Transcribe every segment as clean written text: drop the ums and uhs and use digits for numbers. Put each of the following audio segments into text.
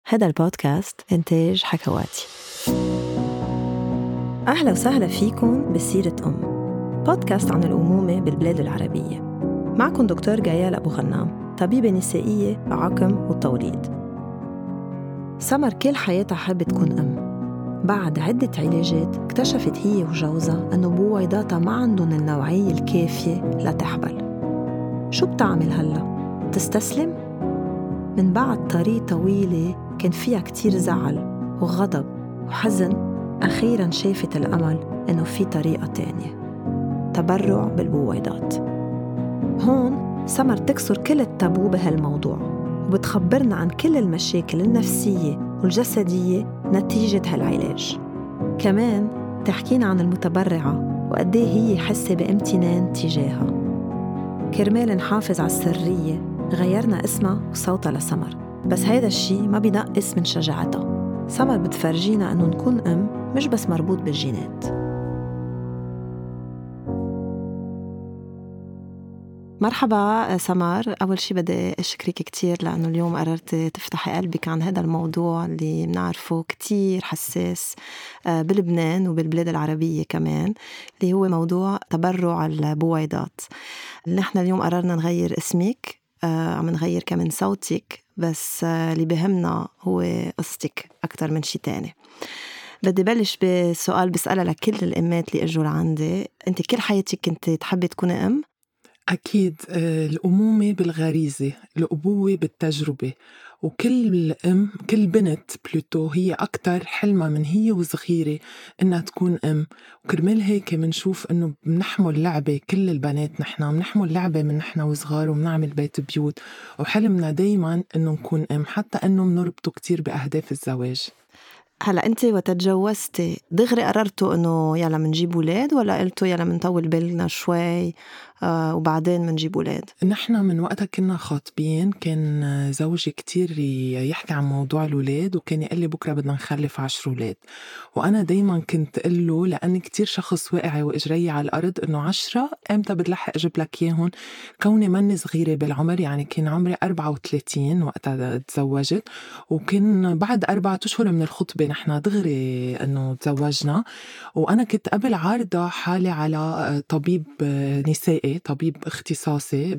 هذا البودكاست إنتاج حكواتي. أهلا وسهلا فيكم بسيرة بودكاست عن الأمومة بالبلاد العربية. معكم دكتور جايال أبو غنام، طبيبة نسائية بعقم والتوليد. سمر كل حياتها حابة تكون بعد عدة علاجات اكتشفت هي وجوزها أنه بويضاتها ما عندهم النوعية الكافية لتحبل. شو بتعمل هلأ؟ تستسلم؟ من بعد طريق طويلة كان فيها كتير زعل وغضب وحزن، أخيراً شافت الأمل إنه في طريقة تانية: تبرع بالبويضات. هون سمر تكسر كل التابو بهالموضوع وبتخبرنا عن كل المشاكل النفسية والجسدية نتيجة هالعلاج. كمان تحكينا عن المتبرعة وقديه هي حاسة بامتنان تجاهها. كرمال نحافظ على السرية غيرنا اسمها وصوتها لسمر، بس هيدا الشي ما بينقص من شجاعتها. سمر بتفرجينا أنه نكون مش بس مربوط بالجينات. مرحبا سمر، أول شي بدي أشكرك كتير لأنه اليوم قررت تفتحي قلبك عن هذا الموضوع اللي بنعرفه كتير حساس بلبنان وبالبلاد العربية كمان، اللي هو موضوع تبرع البويضات. نحن اليوم قررنا نغير اسمك، عم نغير كمان صوتك، بس اللي بهمنا هو قصتك أكتر من شي تاني. بدي بلش بسؤال بسألها لكل الأمات اللي أجوا لعندي. أنت كل حياتك كنت تحبي تكوني أكيد. الأمومة بالغريزة، الأبوة بالتجربة، وكل كل بنت بلوتو هي أكتر حلمة من هي وصغيرة إنها تكون وكرمال هيك منشوف إنه بنحمل لعبة. كل البنات نحنا بنحمل لعبة من نحنا وصغار وبنعمل بيت بيوت، وحلمنا دايما إنه نكون حتى إنه منربطه كتير بأهداف الزواج. هلا أنت وتتجوزتي دغري قررتوا إنه يلا منجيب ولاد، ولا قلتوا يلا منطول بالنا شوي وبعدين منجيب ولاد؟ نحنا من وقتها كنا خاطبين، كان زوجي كتير يحكي عن موضوع الولاد، وكان يقول لي بكرة بدنا نخلف 10 ولاد. وأنا دايما كنت قله لأني كتير شخص واقعي وإجري على الأرض إنه 10 إمتى بتلحق أجيب لك إياهن، كوني مني صغيرة بالعمر. يعني كان عمري 34 وقتها تزوجت، وكان بعد 4 أشهر من الخطبة نحنا دغري إنه تزوجنا. وأنا كنت قبل عارضة حالي على طبيب نسائي، طبيب اختصاصي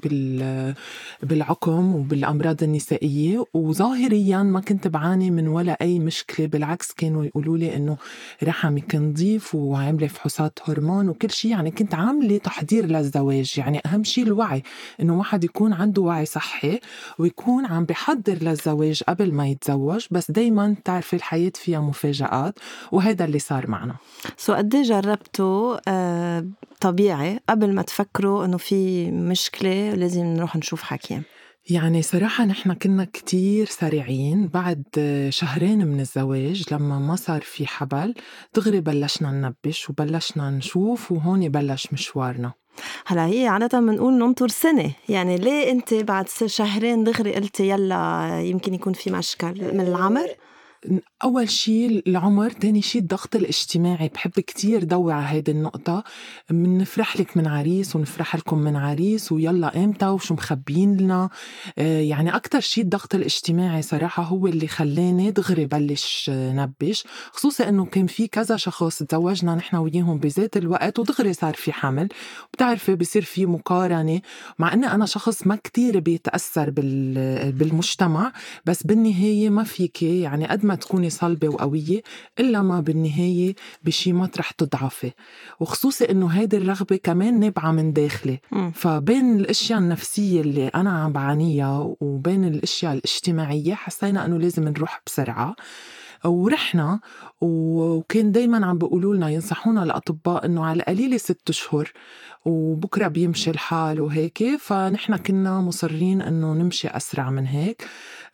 بالعقم وبالأمراض النسائية، وظاهريا ما كنت بعاني من ولا أي مشكلة. بالعكس كانوا يقولوا لي إنه رحمك نظيف وعاملة فحوصات هرمون وكل شيء. يعني كنت عاملة تحضير للزواج. يعني أهم شيء الوعي، إنه واحد يكون عنده وعي صحي ويكون عم بيحضر للزواج قبل ما يتزوج. بس دايما تعرفي الحياة فيها مفاجآت، وهذا اللي صار معنا. قدي جربتوا طبيعي قبل ما تفكروا إنه في مشكلة لازم نروح نشوف حكيم؟ يعني صراحة نحنا كنا كتير سريعين. بعد 2 شهر من الزواج لما ما صار في حبل دغري بلشنا ننبش وبلشنا نشوف، وهون بلش مشوارنا. هلا هي عادة منقول ننطر سنة، يعني ليه أنت بعد 2 شهر دغري قلتي يلا يمكن يكون في مشكل؟ من العمر؟ أول شيء العمر، تاني شيء الضغط الاجتماعي. بحب كتير ضوي على هيدي النقطة. منفرح لك من عريس ونفرح لكم من عريس، ويلا إمتى وشو مخبين لنا. يعني أكتر شيء الضغط الاجتماعي صراحة هو اللي خلاني دغري بلش نبش، خصوصا إنه كان في كذا شخص تزوجنا نحنا وياهم بذات الوقت ودغري صار في حمل. بتعرفي بصير في مقارنة، مع أني أنا شخص ما كتير بيتأثر بالمجتمع، بس بالنهاية ما فيك يعني قد ما تكوني صلبة وقوية إلا ما بالنهاية بشي مطرح تضعفي. وخصوصي إنه هيدي الرغبة كمان نابعة من داخلي. فبين الأشياء النفسية اللي أنا عم بعانيها وبين الأشياء الاجتماعية حسينا إنه لازم نروح بسرعة، ورحنا. وكان دايما عم بيقولوا لنا، ينصحونا الأطباء إنه على القليلة 6 أشهر وبكرة بيمشي الحال وهيك. فنحنا كنا مصرين إنه نمشي أسرع من هيك.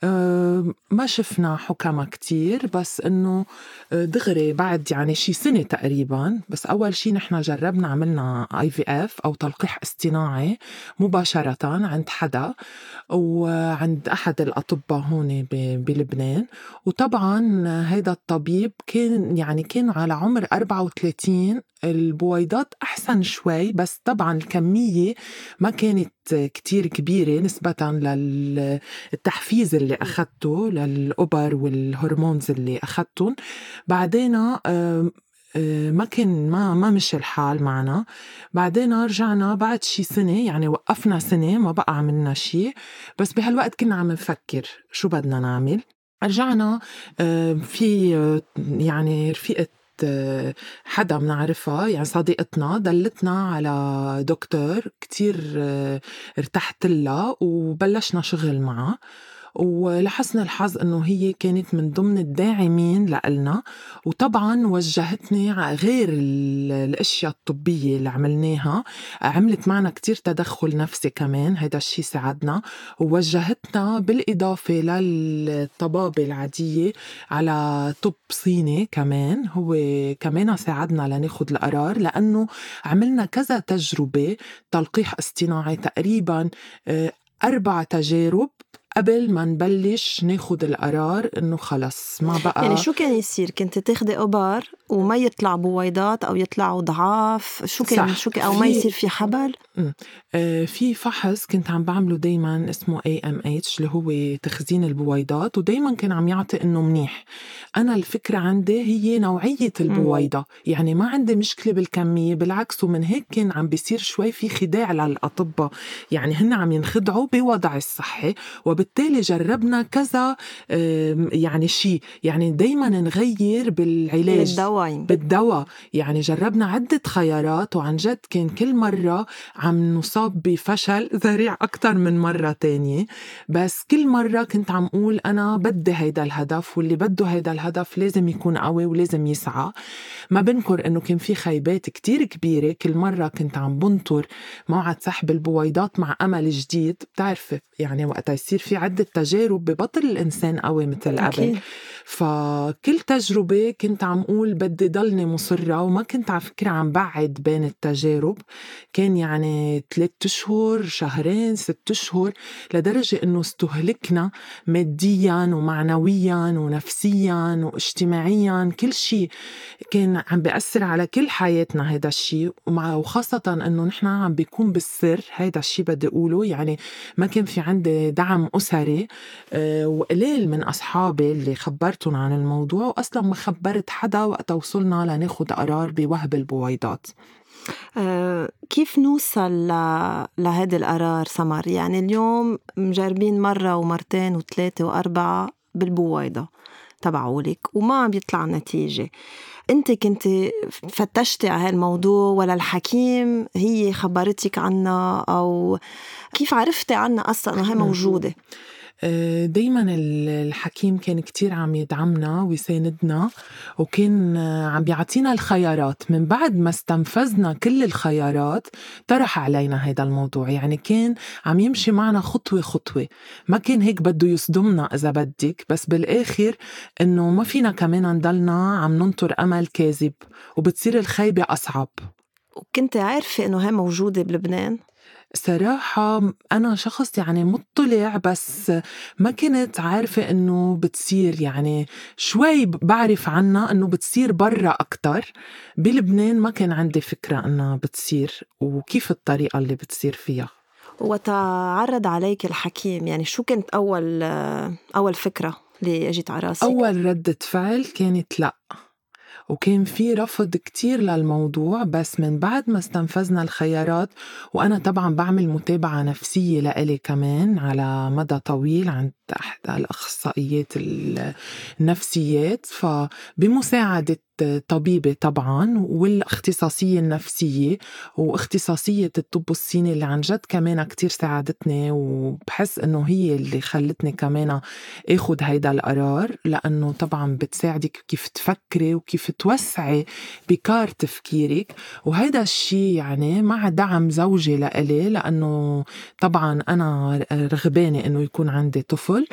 ما شفنا حكمة كتير، بس إنه دغري بعد يعني شي سنة تقريبا. بس أول شي نحنا جربنا عملنا IVF أو تلقيح اصطناعي مباشرة عند حدا وعند أحد الأطباء هون بلبنان. وطبعا هيدا الطبيب كان على عمر 34. البويضات أحسن شوي، بس طبعا الكمية ما كانت كتير كبيرة نسبة للتحفيز اللي أخدته للأبر والهرمونز اللي أخدتهم. بعدين ما مشي الحال معنا. بعدين رجعنا بعد شي سنة، يعني وقفنا سنة ما بقى عملنا شي، بس بهالوقت كنا عم نفكر شو بدنا نعمل. رجعنا في يعني رفيقة حدا منعرفها، يعني صديقتنا، دلتنا على دكتور كتير ارتحت لها وبلشنا شغل معها. ولحسن الحظ انه هي كانت من ضمن الداعمين لإلنا، وطبعا وجهتني غير الاشياء الطبية اللي عملناها، عملت معنا كتير تدخل نفسي كمان، هيدا الشي ساعدنا. ووجهتنا بالاضافة للطبابة العادية على طب صيني كمان، هو كمان ساعدنا لناخد القرار، لانه عملنا كذا تجربة تلقيح اصطناعي، تقريبا 4 تجارب قبل ما نبلش ناخد القرار إنه خلص ما بقى. يعني شو كان يصير؟ كنت تاخدي أبر وما يطلع بويضات أو يطلعوا ضعاف؟ شو كان أو ما يصير في حبل؟ في فحص كنت عم بعمله دايما اسمه AMH اللي هو تخزين البويضات، ودايما كان عم يعطي إنه منيح. أنا الفكرة عندي هي نوعية البويضة، يعني ما عندي مشكلة بالكمية، بالعكس، ومن هيك كان عم بيصير شوي في خداع للأطباء، يعني هن عم ينخدعوا بوضع الصحي. وبالتالي جربنا كذا يعني شيء، يعني دايما نغير بالعلاج بالدواء، يعني جربنا عدة خيارات، وعن جد كان كل مرة عم نصاب بفشل ذريع أكتر من مرة تانية. بس كل مرة كنت عم قول أنا بدي هيدا الهدف، واللي بده هيدا الهدف لازم يكون قوي ولازم يسعى. ما بنكر إنه كان في خيبات كتير كبيرة، كل مرة كنت عم بنطر موعد سحب البويضات مع أمل جديد. بتعرف يعني وقتها يصير في عدة تجارب ببطل الإنسان قوي مثل قبل، فكل تجربة كنت عم قول بدي ضلني مصرة، وما كنت على فكرة عم بعد بين التجارب. كان يعني 3 أشهر، شهرين، 6 أشهر، لدرجة إنه استهلكنا مادياً ومعنوياً ونفسياً واجتماعياً، كل شيء كان عم بيأثر على كل حياتنا هيدا الشيء. وخاصة إنه نحنا عم بيكون بالسر، هيدا الشيء بدي أقوله، يعني ما كان في عندي دعم أسري، وقليل من أصحابي اللي خبرتهم عن الموضوع، وأصلا ما خبرت حدا وقت وصلنا لناخد قرار بوهب البويضات. كيف نوصل لهذا القرار سمر؟ يعني اليوم مجربين مرة ومرتين وثلاثة وأربعة بالبويضة تبعولك وما عم بيطلع نتيجة. انت كنت فتشتي على هالموضوع ولا الحكيم هي خبرتك عنها، أو كيف عرفتي عنها أصلا أنها هي موجودة؟ دايما الحكيم كان كتير عم يدعمنا ويساندنا، وكان عم بيعطينا الخيارات. من بعد ما استنفذنا كل الخيارات طرح علينا هيدا الموضوع، يعني كان عم يمشي معنا خطوة خطوة، ما كان هيك بده يصدمنا إذا بدك، بس بالآخر إنه ما فينا كمان نضلنا عم ننطر أمل كاذب، وبتصير الخيبة أصعب. وكنت عارفة إنه هي موجودة بلبنان؟ صراحة أنا شخص يعني مطلع، بس ما كنت عارفة إنه بتصير، يعني شوي بعرف عنها إنه بتصير برا أكتر. بلبنان ما كان عندي فكرة إنها بتصير وكيف الطريقة اللي بتصير فيها. وتعرض عليك الحكيم، يعني شو كنت أول فكرة اللي أجيت على راسك؟ أول ردة فعل كانت لأ، وكان في رفض كتير للموضوع. بس من بعد ما استنفذنا الخيارات، وأنا طبعاً بعمل متابعة نفسية لإلي كمان على مدى طويل عند أحد الأخصائيات النفسيات، فبمساعدة طبيبة طبعاً والاختصاصية النفسية واختصاصية الطب الصيني اللي عن جد كمان كتير ساعدتني، وبحس إنه هي اللي خلتني كمان اخد هيدا القرار، لأنه طبعاً بتساعدك كيف تفكري وكيف توسعي بكار تفكيرك. وهيدا الشي يعني مع دعم زوجي لإلي، لأنه طبعاً أنا رغبانة إنه يكون عندي طفل، الطفل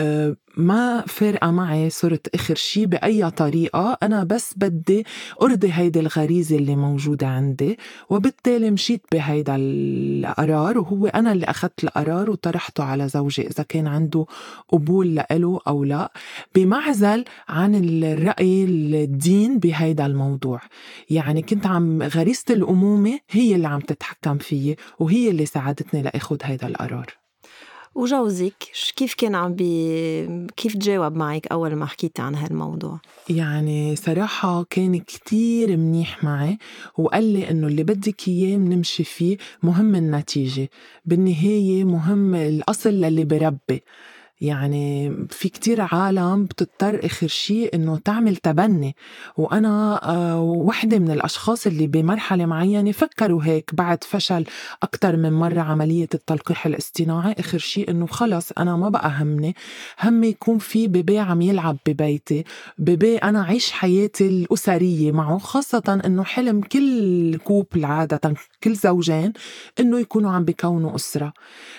ما فارقة معي صرت آخر شي بأي طريقة، أنا بس بدي أرضي هيدي الغريزة اللي موجودة عندي، وبالتالي مشيت بهيدا القرار، وهو أنا اللي أخذت القرار وطرحته على زوجي إذا كان عنده قبول لإله أو لا، بمعزل عن الرأي الدين بهيدا الموضوع. يعني كنت غريزة الأمومة هي اللي عم تتحكم فيي، وهي اللي ساعدتني لأخذ هيدا القرار. وجوزك كيف كان كيف تجاوب معك أول ما حكيت عن هالموضوع؟ يعني صراحة كان كتير منيح معي، وقال لي إنه اللي بدك إياه منمشي فيه، مهم النتيجة بالنهاية، مهم الأصل اللي بربي. يعني في كتير عالم بتضطر آخر شي إنه تعمل تبني، وأنا وحدة من الأشخاص اللي بمرحلة معينة فكروا هيك بعد فشل أكتر من مرة عملية التلقيح الاصطناعي. آخر شي إنه خلص أنا ما بقى همي يكون في بيبي عم يلعب ببيتي، بيبي أنا عيش حياتي الأسرية معه، خاصة إنه حلم كل كوبل عادة كل زوجين إنه يكونوا عم بيكونوا أسرة.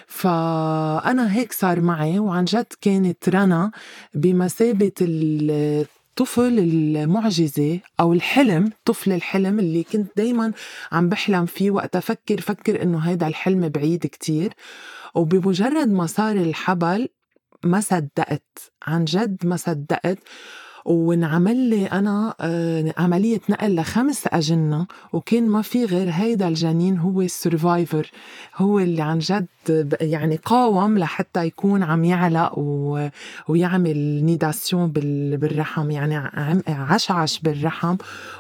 فأنا هيك صار معي، وعن جد كانت رنا بمثابة الطفل المعجزة أو الحلم، طفل الحلم اللي كنت دايما عم بحلم فيه وقت فكر إنه هيدا الحلم بعيد كتير. وبمجرد ما صار الحبل ما صدقت، عن جد ما صدقت، ونعمل لي أنا عملية نقل ل5 أجنة، وكان ما في غير هيدا الجنين هو السرفايفر، هو اللي عن جد يعني قاوم لحتى يكون عم يعلق ويعمل نيداسيون بالرحم، يعني عشعش بالرحم.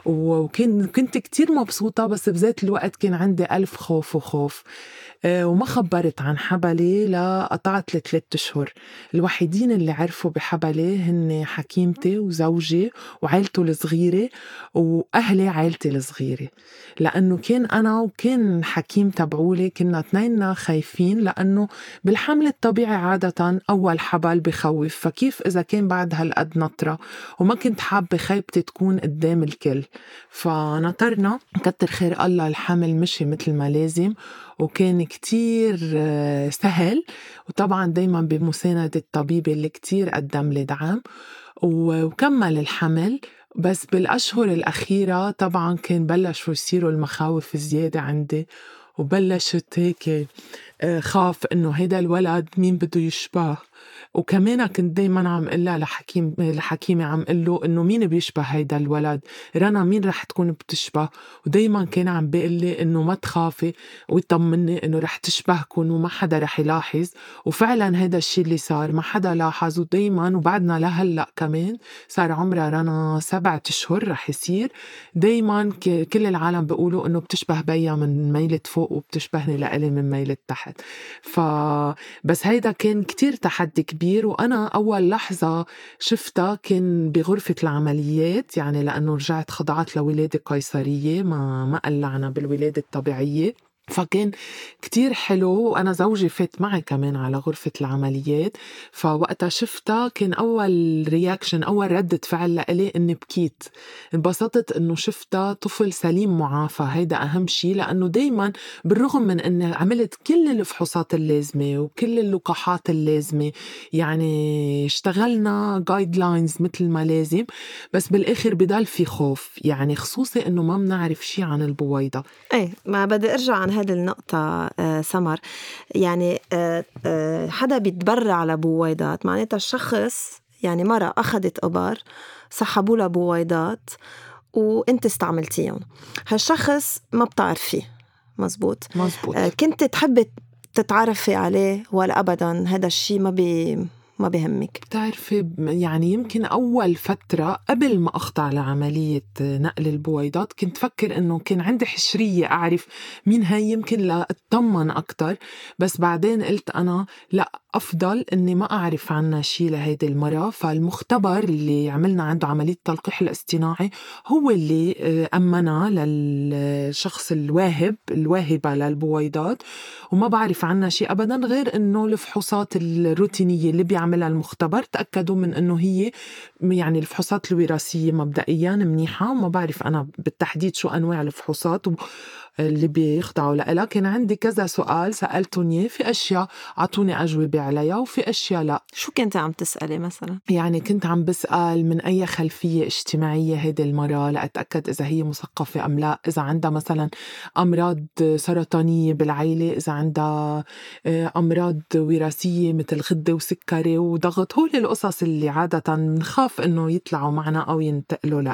كنت كتير مبسوطة، بس بذات الوقت كان عندي 1000 خوف. وما خبرت عن حبلي لقطعت 3 أشهر. الوحيدين اللي عرفوا بحبلي هن حكيمتي وزوجي وعائلته الصغيرة وأهلي عائلتي الصغيرة، لأنه كان أنا وكان حكيم تبعولي كنا 2 خايفين، لأنه بالحمل الطبيعي عادة أول حبل بخوف، فكيف إذا كان بعد هالقد نطرة، وما كنت حابة خيبتي تكون قدام الكل. فنطرنا كتر خير الله، الحمل مشي مثل ما لازم، وكان كتير سهل، وطبعا دايما بمساندة الطبيب اللي كتير قدم لي دعم، وكمل الحمل. بس بالأشهر الأخيرة طبعا كان بلشوا يصيروا المخاوف زيادة عندي، وبلشت هيك خاف إنه هيدا الولد مين بده يشبه. وكمان كنت دايما عم قلها لحكيمي عم قله إنه مين بيشبه هيدا الولد، رنا مين رح تكون بتشبه. ودايما كان عم بيقلي إنه ما تخافي ويطمني إنه رح تشبهكن وما حدا رح يلاحظ. وفعلا هيدا الشي اللي صار، ما حدا لاحظ. ودايما وبعدنا لهلأ كمان صار عمرها رنا 7 أشهر رح يصير، دايما كل العالم بيقولوا إنه بتشبه بيا من ميلة فوق وبتشبهني لإلي من ميلة تحت. بس هيدا كان كتير تحدي كبير. وأنا أول لحظة شفتها كان بغرفة العمليات، يعني لأنه رجعت خضعت لولادة قيصرية، ما قلعنا بالولادة الطبيعية، فكان كتير حلو. وأنا زوجي فات معي كمان على غرفة العمليات، فوقتها شفتها كان أول رياكشن، أول ردة فعل لإلي إني بكيت. انبسطت إنه شفتها طفل سليم معافى، هيدا أهم شي، لأنه دايما بالرغم من إني عملت كل الفحوصات اللازمة وكل اللقاحات اللازمة، يعني اشتغلنا guidelines مثل ما لازم، بس بالآخر بضل في خوف، يعني خصوصي إنه ما منعرف شي عن البويضة. ايه، ما بدي ارجع عن هذه النقطة سمر. يعني حدا بيتبرع لبويضات، معناتها الشخص يعني مرة أخذت إبر سحبوا لها بويضات وانت استعملتيهم، هالشخص ما بتعرفيه. مزبوط. كنت تحبي تتعرفي عليه ولا أبدا هذا الشيء ما بيهمك؟ بتعرفي يعني يمكن أول فترة قبل ما أخضع لعملية نقل البويضات كنت فكر إنه كان عندي حشرية أعرف مين هاي، يمكن لأطمن أكتر. بس بعدين قلت أنا لا، أفضل إني ما أعرف عنها شي لهيدي المرة. فالمختبر اللي عملنا عنده عملية التلقيح الاصطناعي هو اللي أمنا للشخص الواهبة للبويضات، وما بعرف عنها شي أبدا، غير إنه الفحوصات الروتينية اللي بيعملها المختبر تأكدوا من إنه هي يعني الفحوصات الوراثية مبدئيا منيحة. وما بعرف أنا بالتحديد شو أنواع الفحوصات اللي بيخضعوا لها. كان عندي كذا سؤال سألتهم إياه، في أشياء عطوني أجوبة عليها وفي أشياء لا. شو كنت عم تسألي مثلا؟ يعني كنت عم بسأل من أي خلفية اجتماعية هيدي المرأة لأتأكد إذا هي مثقفة أم لا، إذا عندها مثلا أمراض سرطانية بالعيلة، إذا عندها أمراض وراثية مثل غدة وسكري وضغط، هول القصص اللي عادة نخاف إنه يطلعوا معنا أو ينتقلوا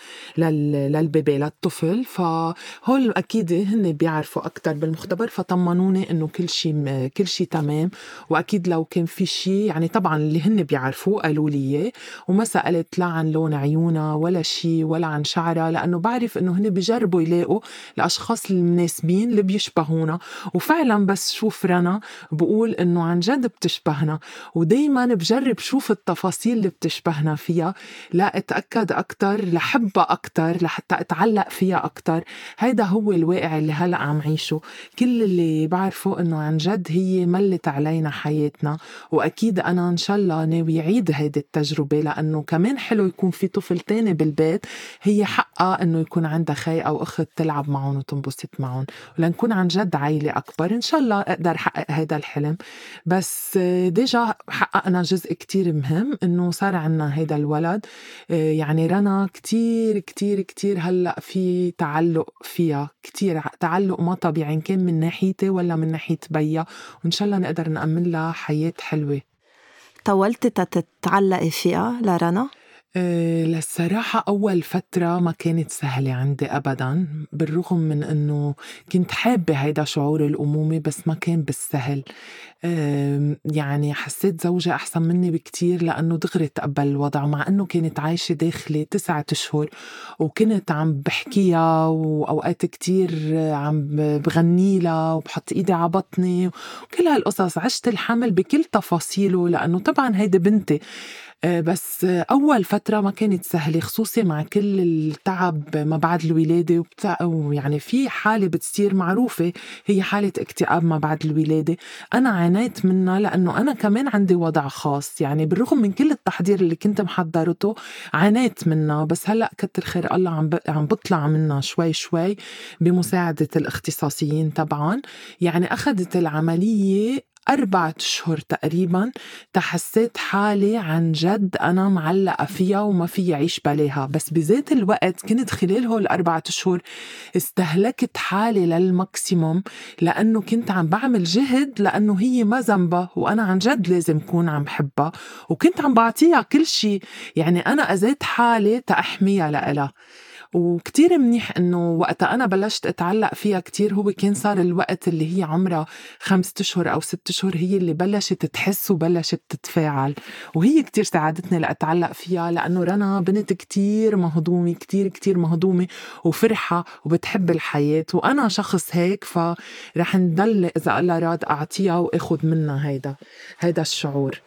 للبيبي للطفل. فهول أكيد هن بيعرفوا أكتر بالمختبر، فطمنوني إنه كل شي تمام. وأكيد لو كان في شي يعني طبعا اللي هن بيعرفوه قالوا لي إياه، وما سألت لا عن لون عيونها ولا شي ولا عن شعرها، لأنه بعرف إنه هن بيجربوا يلاقوا الأشخاص المناسبين اللي بيشبهونا. وفعلا بس شوف رنا بقول إنه عن جد بتشبهنا، ودايما بجرب شوف التفاصيل اللي بتشبهنا فيها لا أتأكد أكتر، لحبها أكتر، لحتى أتعلق فيها أكتر. هيدا هو الواقع اللي هلأ عم عيشه. كل اللي بعرفه إنه عن جد هي ملت علينا حياتنا، وأكيد أنا إن شاء الله ناوي يعيد هيدي التجربة، لأنه كمان حلو يكون في طفل تاني بالبيت هي حقها إنه يكون عندها خي أو أخت تلعب معهم وتنبسط معهم، ولنكون عن جد عائلة أكبر. إن شاء الله أقدر حقق هيدا الحلم. بس ديجا حققنا جزء كتير مهم إنه صار عنا هيدا الولد. يعني رنا كتير كتير كتير هلأ في تعلق فيها، كتير تعلق ما طبيعي، إن كان من ناحيتي ولا من ناحية بيا، وإن شاء الله نقدر نأمن لها حياة حلوة. طولتي تتعلقي فيها لرنا؟ للصراحة أول فترة ما كانت سهلة عندي أبداً، بالرغم من أنه كنت حابة هيدا شعور الأمومة، بس ما كان بالسهل. يعني حسيت زوجي أحسن مني بكتير لأنه دغري تقبل الوضع، مع أنه كانت عايشة داخلي 9 أشهر وكنت عم بحكيها، وأوقات كتير عم بغني لها وبحط إيدي على بطني وكل هالقصص. عشت الحمل بكل تفاصيله لأنه طبعاً هيدا بنتي. بس أول فترة ما كانت سهلة، خصوصي مع كل التعب ما بعد الولادة ويعني في حالة بتصير معروفة هي حالة اكتئاب ما بعد الولادة. أنا عانيت منها لأنه أنا كمان عندي وضع خاص، يعني بالرغم من كل التحضير اللي كنت محضرته عانيت منها. بس هلأ كتر خير الله عم بطلع منها شوي شوي بمساعدة الاختصاصيين طبعا. يعني أخذت العملية 4 أشهر تقريباً تحسيت حالي عن جد أنا معلقة فيها وما في عيش بلاها. بس بذات الوقت كنت خلال هول 4 أشهر استهلكت حالي للماكسيموم، لأنه كنت عم بعمل جهد، لأنه هي ما ذنبها وأنا عن جد لازم كون عم حبها، وكنت عم بعطيها كل شي. يعني أنا أزيت حالي تأحميها لإلها. وكتير منيح إنه وقتا أنا بلشت أتعلق فيها كتير هو كان صار الوقت اللي هي عمرها 5 أشهر أو 6 أشهر، هي اللي بلشت تحس وبلشت تتفاعل، وهي كتير ساعدتني لأتعلق فيها. لأنه رنا بنت كتير مهضومة، كتير كتير مهضومة وفرحة وبتحب الحياة، وأنا شخص هيك، فرح نضل إذا الله راد أعطيها وأخد منها هيدا الشعور.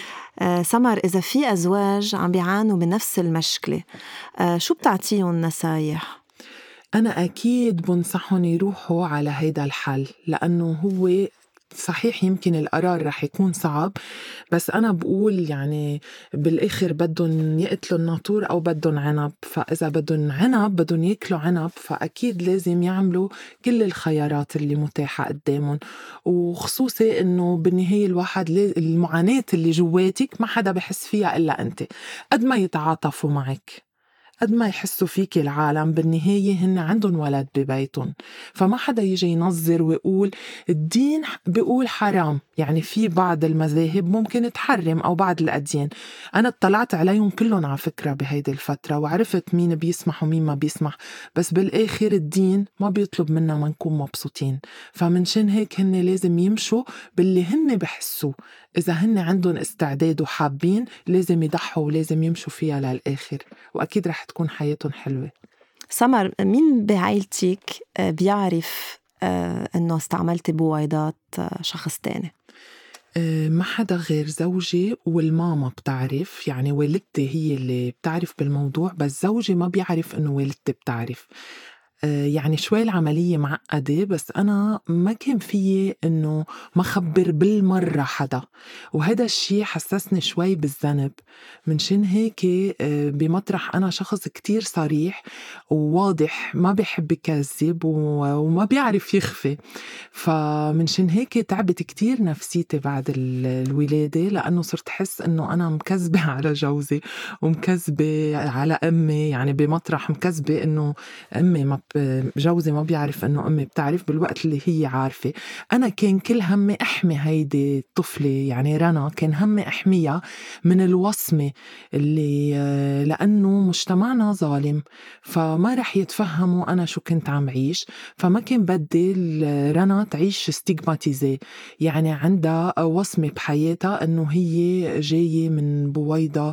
سمر، إذا في أزواج عم بيعانوا من نفس المشكلة، شو بتعطيهم نصايح؟ أنا أكيد بنصحهم يروحوا على هيدا الحل، لأنه هو صحيح يمكن القرار رح يكون صعب، بس أنا بقول يعني بالآخر بدهم يقتلوا الناطور أو بدهم عنب. فإذا بدهم عنب بدهم يأكلوا عنب، فأكيد لازم يعملوا كل الخيارات اللي متاحة قدامهم. وخصوصي إنه بالنهاية الواحد المعاناة اللي جواتك ما حدا بحس فيها إلا أنت. قد ما يتعاطفوا معك، قد ما يحسوا فيك العالم، بالنهاية هن عندهم ولد ببيتهم، فما حدا يجي ينظر ويقول الدين بيقول حرام. يعني في بعض المذاهب ممكن تحرم أو بعض الأديان، أنا اطلعت عليهم كلهم على فكرة بهيدي الفترة وعرفت مين بيسمح ومين ما بيسمح. بس بالآخر الدين ما بيطلب منا ما نكون مبسوطين، فمنشان هيك هن لازم يمشوا باللي هن بحسوا. إذا هن عندهم استعداد وحابين لازم يضحوا ولازم يمشوا فيها للآخر، وأكيد رح تكون حياتهم حلوة. سمر، مين بعائلتك بيعرف إنه استعملتي بويضات شخص تاني؟ ما حدا غير زوجي والماما بتعرف، يعني والدتي هي اللي بتعرف بالموضوع، بس زوجي ما بيعرف إنه والدتي بتعرف. يعني شوي العملية معقدة، بس أنا ما كان فيي إنه ما خبر بالمرة حدا، وهذا الشي حسسني شوي بالذنب. منشان هيك بمطرح أنا شخص كتير صريح وواضح، ما بيحب يكذب وما بيعرف يخفي، فمنشان هيك تعبت كتير نفسيتي بعد الولادة، لأنه صرت حس إنه أنا مكذبة على جوزي ومكذبة على أمي. يعني بمطرح مكذبة إنه أمي جوزي ما بيعرف إنه أمي بتعرف بالوقت اللي هي عارفة. أنا كان كل همي أحمي هيدي الطفلة، يعني رنا كان همي أحميها من الوصمة اللي لأنه مجتمعنا ظالم، فما رح يتفهموا أنا شو كنت عم عيش. فما كان بدي رنا تعيش ستيغماتيزي، يعني عندها وصمة بحياتها إنه هي جاية من بويضة،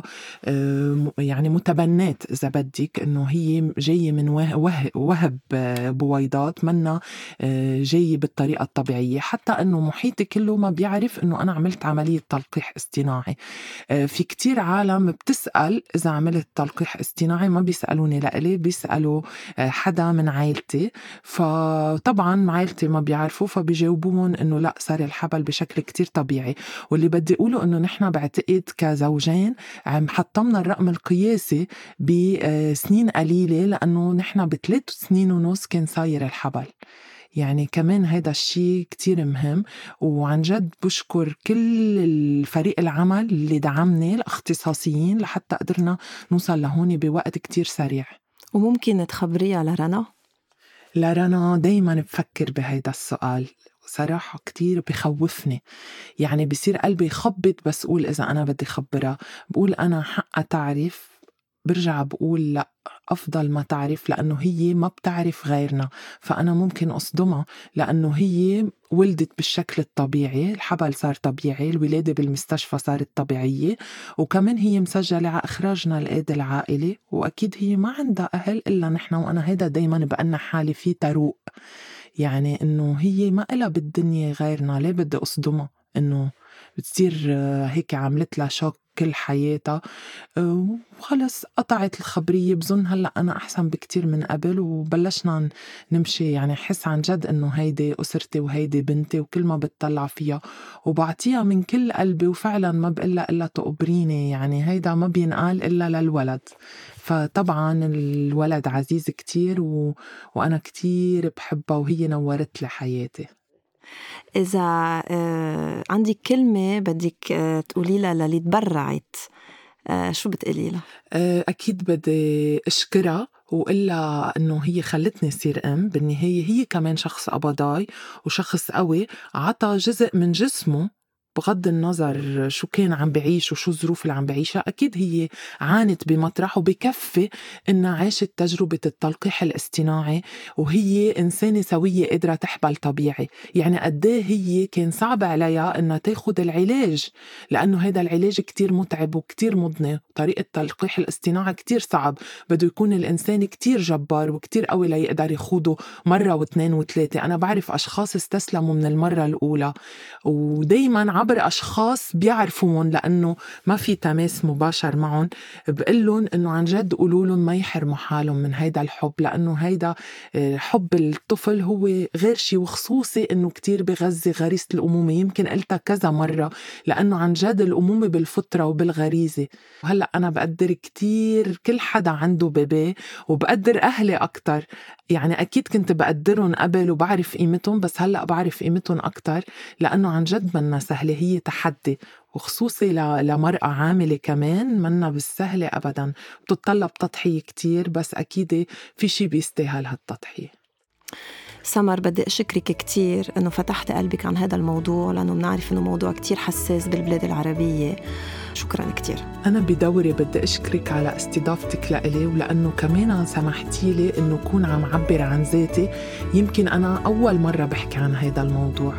يعني متبنات إذا بدك، إنه هي جاية من وهب بويضات، منا جاية بالطريقة الطبيعية. حتى إنه محيطي كله ما بيعرف إنه أنا عملت عملية تلقيح اصطناعي. في كتير عالم بتسأل إذا عملت تلقيح اصطناعي، ما بيسألوني لإلي، بيسألوا حدا من عائلتي. فطبعا عائلتي ما بيعرفوا، فبيجاوبون إنه لا، صار الحبل بشكل كتير طبيعي. واللي بدي أقوله إنه نحن بعتقد كزوجين عم حطمنا الرقم القياسي بسنين قليلة، لأنه نحن ب3 سنين ونص كان صاير الحبل. يعني كمان هيدا الشي كتير مهم، وعن جد بشكر كل الفريق العمل اللي دعمني، الاختصاصيين، لحتى قدرنا نوصل لهون بوقت كتير سريع. وممكن تخبريها لرنا؟ لرنا دايما بفكر بهيدا السؤال، صراحة كتير بخوفني. يعني بصير قلبي يخبط بس أقول إذا أنا بدي خبرها، بقول أنا حقا تعرف، برجع بقول لا، أفضل ما تعرف، لأنه هي ما بتعرف غيرنا. فأنا ممكن أصدمها، لأنه هي ولدت بالشكل الطبيعي، الحبل صار طبيعي، الولادة بالمستشفى صارت طبيعية، وكمان هي مسجلة على إخراجنا القيد العائلي، وأكيد هي ما عندها أهل إلا نحن. وأنا هيدا دايما بقلنا حالي فيه تروق، يعني إنه هي ما إلا بالدنيا غيرنا، ليه بدي أصدمها إنه بتصير هيك عملت لها شوك كل حياتها. وخلص قطعت الخبرية. بظن هلأ أنا أحسن بكتير من قبل، وبلشنا نمشي. يعني حس عن جد إنه هيدي أسرتي وهيدي بنتي، وكل ما بتطلع فيها وبعطيها من كل قلبي، وفعلا ما بقلها إلا تقبريني. يعني هيدا ما بينقال إلا للولد. فطبعا الولد عزيز كتير وأنا كتير بحبها، وهي نورت لي حياتي. إذا عندك كلمة بدك تقولي لها للي تبرعت، شو بتقولي لها؟ أكيد بدي أشكرها وإلا إنه هي خلتني صير أم. بالنهاية هي كمان شخص قبضاي وشخص قوي، عطى جزء من جسمه بغض النظر شو كان عم بعيش وشو الظروف اللي عم بعيشها. أكيد هي عانت بمطرح، وبكفي إنها عاشت تجربة التلقيح الاصطناعي، وهي إنسانة سوية قادرة تحبل طبيعي. يعني قديه هي كان صعب عليها إنها تاخد العلاج، لأنه هيدا العلاج كتير متعب وكتير مضني. طريقة التلقيح الاصطناعي كتير صعب، بده يكون الإنسان كتير جبار وكتير قوي ليقدر يخوضه مرة واثنين وثلاثة. أنا بعرف أشخاص استسلموا من المرة الأولى، ودايما عبر أشخاص بيعرفون، لأنه ما في تماس مباشر معهم، بقلن إنه عن جد قولولن ما يحرموا حالهم من هيدا الحب، لأنه هيدا حب الطفل هو غير شي. وخصوصي إنه كتير بغذي غريزة الأمومة. يمكن قلتها كذا مرة، لأنه عن جد الأمومة بالفطرة وبالغريزة. وهلأ أنا بقدر كتير كل حدا عنده بيبي، وبقدر أهلي أكتر. يعني أكيد كنت بقدرهم قبل وبعرف قيمتهم، بس هلأ بعرف قيمتهم أكتر، لأنه عن جد منا سهلة. هي تحدي، وخصوصي لمرأة عاملة كمان منا بالسهلة أبدا، بتطلب تضحية كتير، بس أكيد في شي بيستاهل هالتضحية. سمر، بدي أشكرك كتير أنه فتحت قلبك عن هذا الموضوع، لأنه بنعرف أنه موضوع كتير حساس بالبلاد العربية. شكرا كتير. أنا بدوري بدي أشكرك على استضافتك لإلي، ولأنه كمان سمحتي لي أنه كون عم عبر عن ذاتي. يمكن أنا أول مرة بحكي عن هذا الموضوع.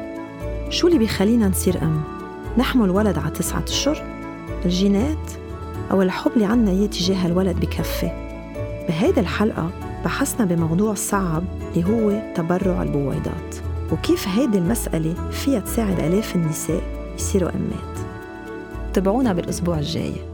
شو اللي بيخلينا نصير أم؟ نحمل ولد على 9 أشهر؟ الجينات؟ أو الحب اللي عنا إياه تجاه الولد بكفي؟ بهيدا الحلقة بحثنا بموضوع صعب اللي هو تبرع البويضات، وكيف هيدي المسألة فيها تساعد آلاف النساء يصيروا أمات. تابعونا بالأسبوع الجاي.